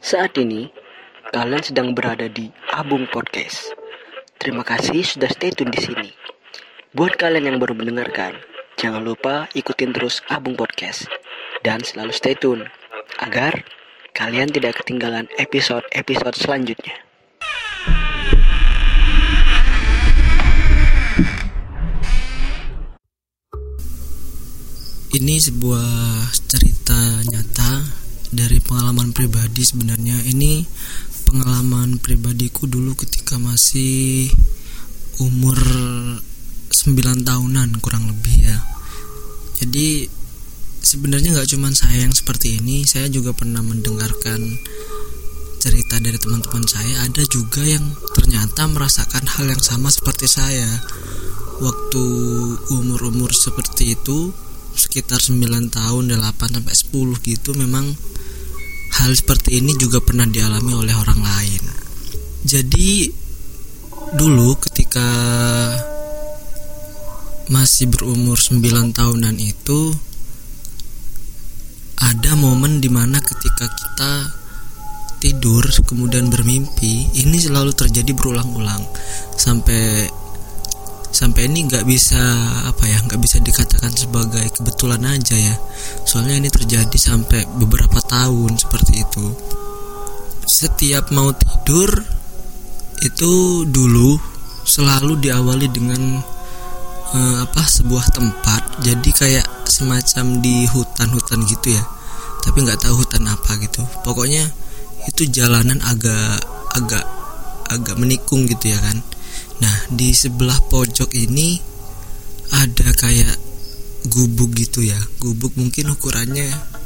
Saat ini, kalian sedang berada di Abung Podcast. Terima kasih sudah stay tune di sini. Buat kalian yang baru mendengarkan, jangan lupa ikutin terus Abung Podcast dan selalu stay tune agar kalian tidak ketinggalan episode-episode selanjutnya. Ini sebuah cerita nyata dari pengalaman pribadi sebenarnya. Ini pengalaman pribadiku dulu ketika masih umur 9 tahunan kurang lebih ya. Jadi sebenarnya gak cuma saya yang seperti ini, saya juga pernah mendengarkan cerita dari teman-teman saya. Ada juga yang ternyata merasakan hal yang sama seperti saya. Waktu umur-umur seperti itu, sekitar 9 tahun, 8-10 gitu, memang hal seperti ini juga pernah dialami oleh orang lain. Jadi dulu ketika masih berumur 9 tahunan itu, ada momen dimana ketika kita tidur kemudian bermimpi. Ini selalu terjadi berulang-ulang sampai ini nggak bisa dikatakan sebagai kebetulan aja ya. Soalnya ini terjadi sampai beberapa tahun seperti itu. Setiap mau tidur itu dulu selalu diawali dengan sebuah tempat. Jadi kayak semacam di hutan gitu ya, tapi nggak tahu hutan apa gitu. Pokoknya itu jalanan agak menikung gitu ya kan. Nah, di sebelah pojok ini ada kayak gubuk gitu ya. Gubuk mungkin ukurannya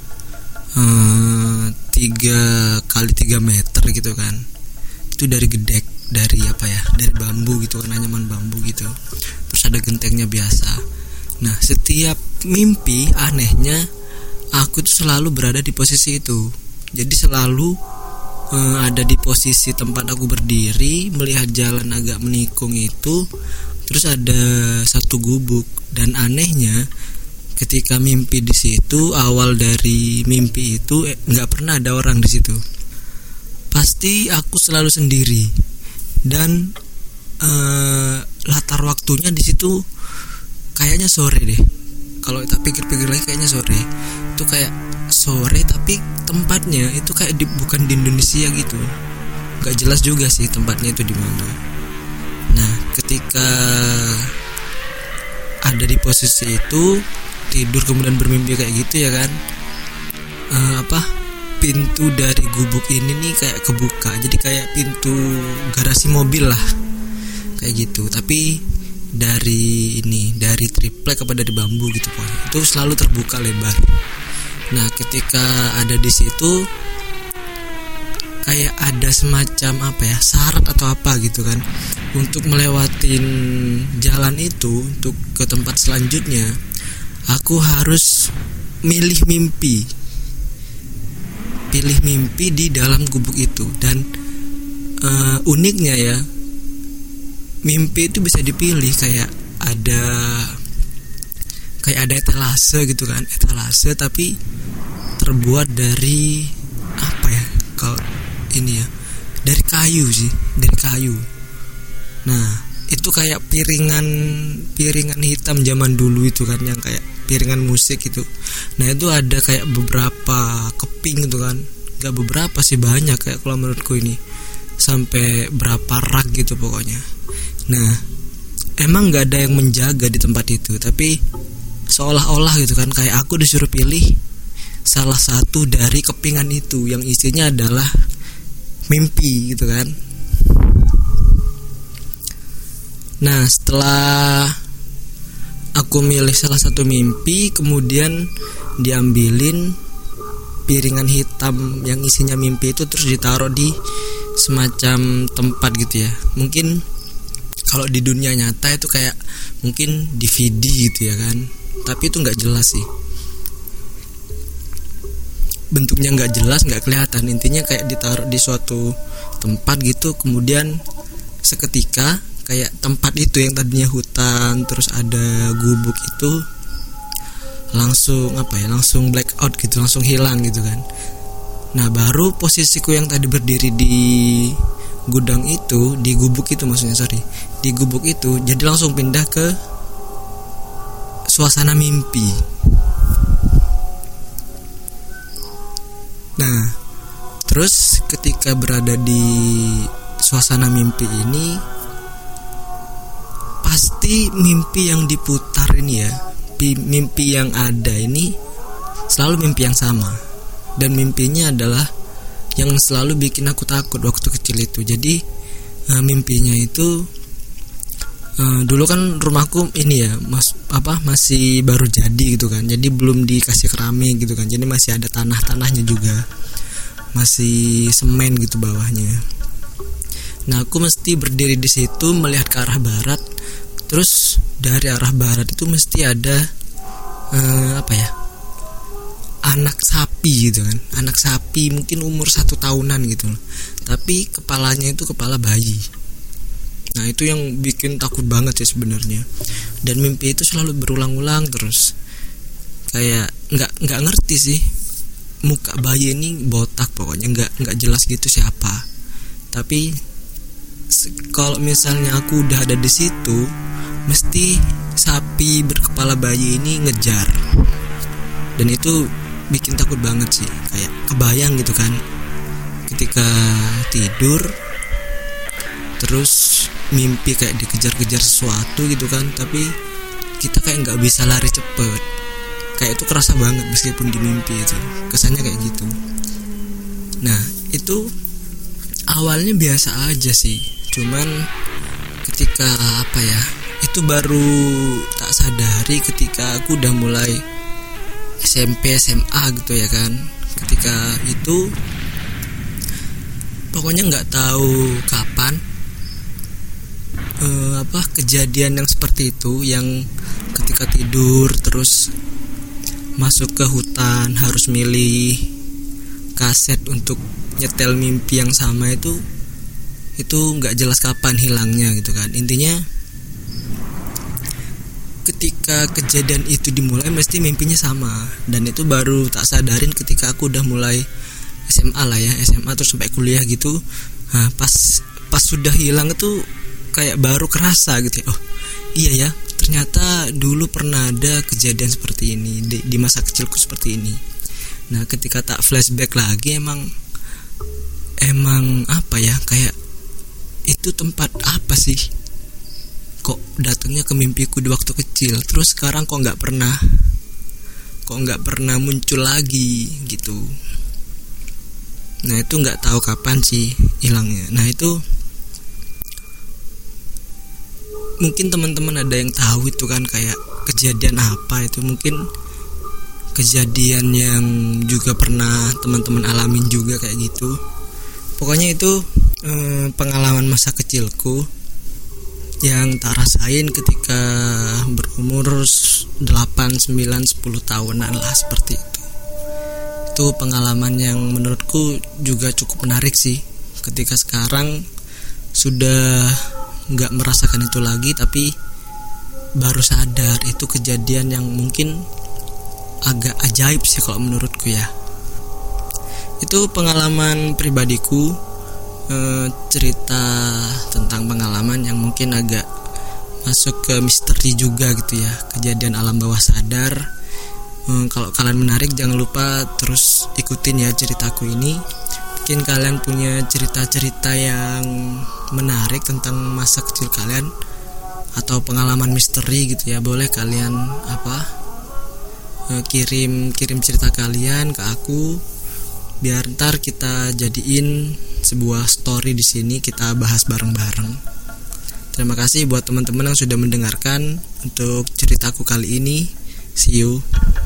3x3 meter gitu kan. Itu dari gedek, dari bambu gitu kan, anyaman bambu gitu. Terus ada gentengnya biasa. Nah, setiap mimpi anehnya aku tuh selalu berada di posisi itu. Jadi selalu ada di posisi tempat aku berdiri, melihat jalan agak menikung itu. Terus ada satu gubuk, dan anehnya ketika mimpi di situ, awal dari mimpi itu nggak pernah ada orang di situ. Pasti aku selalu sendiri, dan latar waktunya di situ kayaknya sore deh. Kalau tak pikir-pikir lagi kayaknya sore. Itu kayak sore tapi tempatnya itu kayak bukan di Indonesia gitu. Gak jelas juga sih tempatnya itu di mana. Nah, ketika ada di posisi itu, tidur kemudian bermimpi kayak gitu ya kan. Pintu dari gubuk ini nih kayak kebuka. Jadi kayak pintu garasi mobil lah. Kayak gitu. Tapi dari triplek apa dari bambu gitu pokoknya. Itu selalu terbuka lebar. Nah, ketika ada di situ kayak ada semacam syarat atau apa gitu kan, untuk melewatin jalan itu untuk ke tempat selanjutnya, aku harus pilih mimpi di dalam gubuk itu. Dan uniknya ya, mimpi itu bisa dipilih kayak ada etalase gitu kan, etalase tapi terbuat dari dari kayu. Nah, itu kayak piringan hitam zaman dulu itu kan, yang kayak piringan musik itu. Nah, itu ada kayak beberapa keping gitu kan, nggak beberapa sih, banyak kayak kalau menurutku ini sampai berapa rak gitu pokoknya. Nah, emang nggak ada yang menjaga di tempat itu, tapi seolah-olah gitu kan, kayak aku disuruh pilih salah satu dari kepingan itu yang isinya adalah mimpi gitu kan. Nah, setelah aku milih salah satu mimpi, kemudian diambilin piringan hitam yang isinya mimpi itu, terus ditaruh di semacam tempat gitu ya. Mungkin kalau di dunia nyata itu kayak mungkin DVD gitu ya kan, tapi itu nggak jelas sih, bentuknya nggak jelas, nggak kelihatan. Intinya kayak ditaruh di suatu tempat gitu, kemudian seketika kayak tempat itu yang tadinya hutan terus ada gubuk itu langsung black out gitu, langsung hilang gitu kan. Nah baru posisiku yang tadi berdiri di gudang itu, di gubuk itu maksudnya, di gubuk itu, jadi langsung pindah ke suasana mimpi. Nah terus ketika berada di suasana mimpi ini, pasti mimpi yang diputar ini ya, mimpi yang ada ini selalu mimpi yang sama, dan mimpinya adalah yang selalu bikin aku takut waktu kecil itu. Jadi mimpinya itu dulu kan rumahku ini ya masih baru jadi gitu kan, jadi belum dikasih keramik gitu kan, jadi masih ada tanahnya juga, masih semen gitu bawahnya. Nah aku mesti berdiri di situ melihat ke arah barat, terus dari arah barat itu mesti ada anak sapi gitu kan, anak sapi mungkin umur 1 tahunan gitu loh, tapi kepalanya itu kepala bayi. Nah itu yang bikin takut banget sih sebenarnya. Dan mimpi itu selalu berulang-ulang terus, kayak nggak ngerti sih, muka bayi ini botak pokoknya, nggak jelas gitu siapa. Tapi kalau misalnya aku udah ada di situ, mesti sapi berkepala bayi ini ngejar, dan itu bikin takut banget sih. Kayak kebayang gitu kan, ketika tidur terus mimpi kayak dikejar-kejar sesuatu gitu kan, tapi kita kayak nggak bisa lari cepet. Kayak itu kerasa banget meskipun di mimpi itu, kesannya kayak gitu. Nah itu awalnya biasa aja sih, cuman ketika itu baru tak sadari ketika aku udah mulai SMP SMA gitu ya kan. Ketika itu pokoknya nggak tahu kapan kejadian yang seperti itu, yang ketika tidur terus masuk ke hutan harus milih kaset untuk nyetel mimpi yang sama, itu nggak jelas kapan hilangnya gitu kan. Intinya ketika kejadian itu dimulai mesti mimpinya sama, dan itu baru tak sadarin ketika aku udah mulai SMA lah ya, SMA terus sampai kuliah gitu. Nah pas sudah hilang itu kayak baru kerasa gitu ya, oh iya ya ternyata dulu pernah ada kejadian seperti ini di masa kecilku seperti ini. Nah ketika tak flashback lagi, emang kayak itu tempat apa sih kok datangnya ke mimpiku di waktu kecil, terus sekarang kok nggak pernah muncul lagi gitu. Nah itu nggak tahu kapan sih hilangnya. Nah itu mungkin teman-teman ada yang tahu itu kan, kayak kejadian apa itu, mungkin kejadian yang juga pernah teman-teman alamin juga kayak gitu. Pokoknya itu pengalaman masa kecilku yang tak rasain ketika berumur 8, 9, 10 tahunan lah, seperti itu. Itu pengalaman yang menurutku juga cukup menarik sih. Ketika sekarang sudah gak merasakan itu lagi, tapi baru sadar itu kejadian yang mungkin agak ajaib sih kalau menurutku ya. Itu pengalaman pribadiku, cerita tentang pengalaman yang mungkin agak masuk ke misteri juga gitu ya, kejadian alam bawah sadar. Kalau kalian menarik jangan lupa terus ikutin ya ceritaku ini. Mungkin kalian punya cerita-cerita yang menarik tentang masa kecil kalian atau pengalaman misteri gitu ya, boleh kalian kirim cerita kalian ke aku, biar ntar kita jadiin sebuah story di sini, kita bahas bareng-bareng. Terima kasih buat teman-teman yang sudah mendengarkan untuk ceritaku kali ini. See you.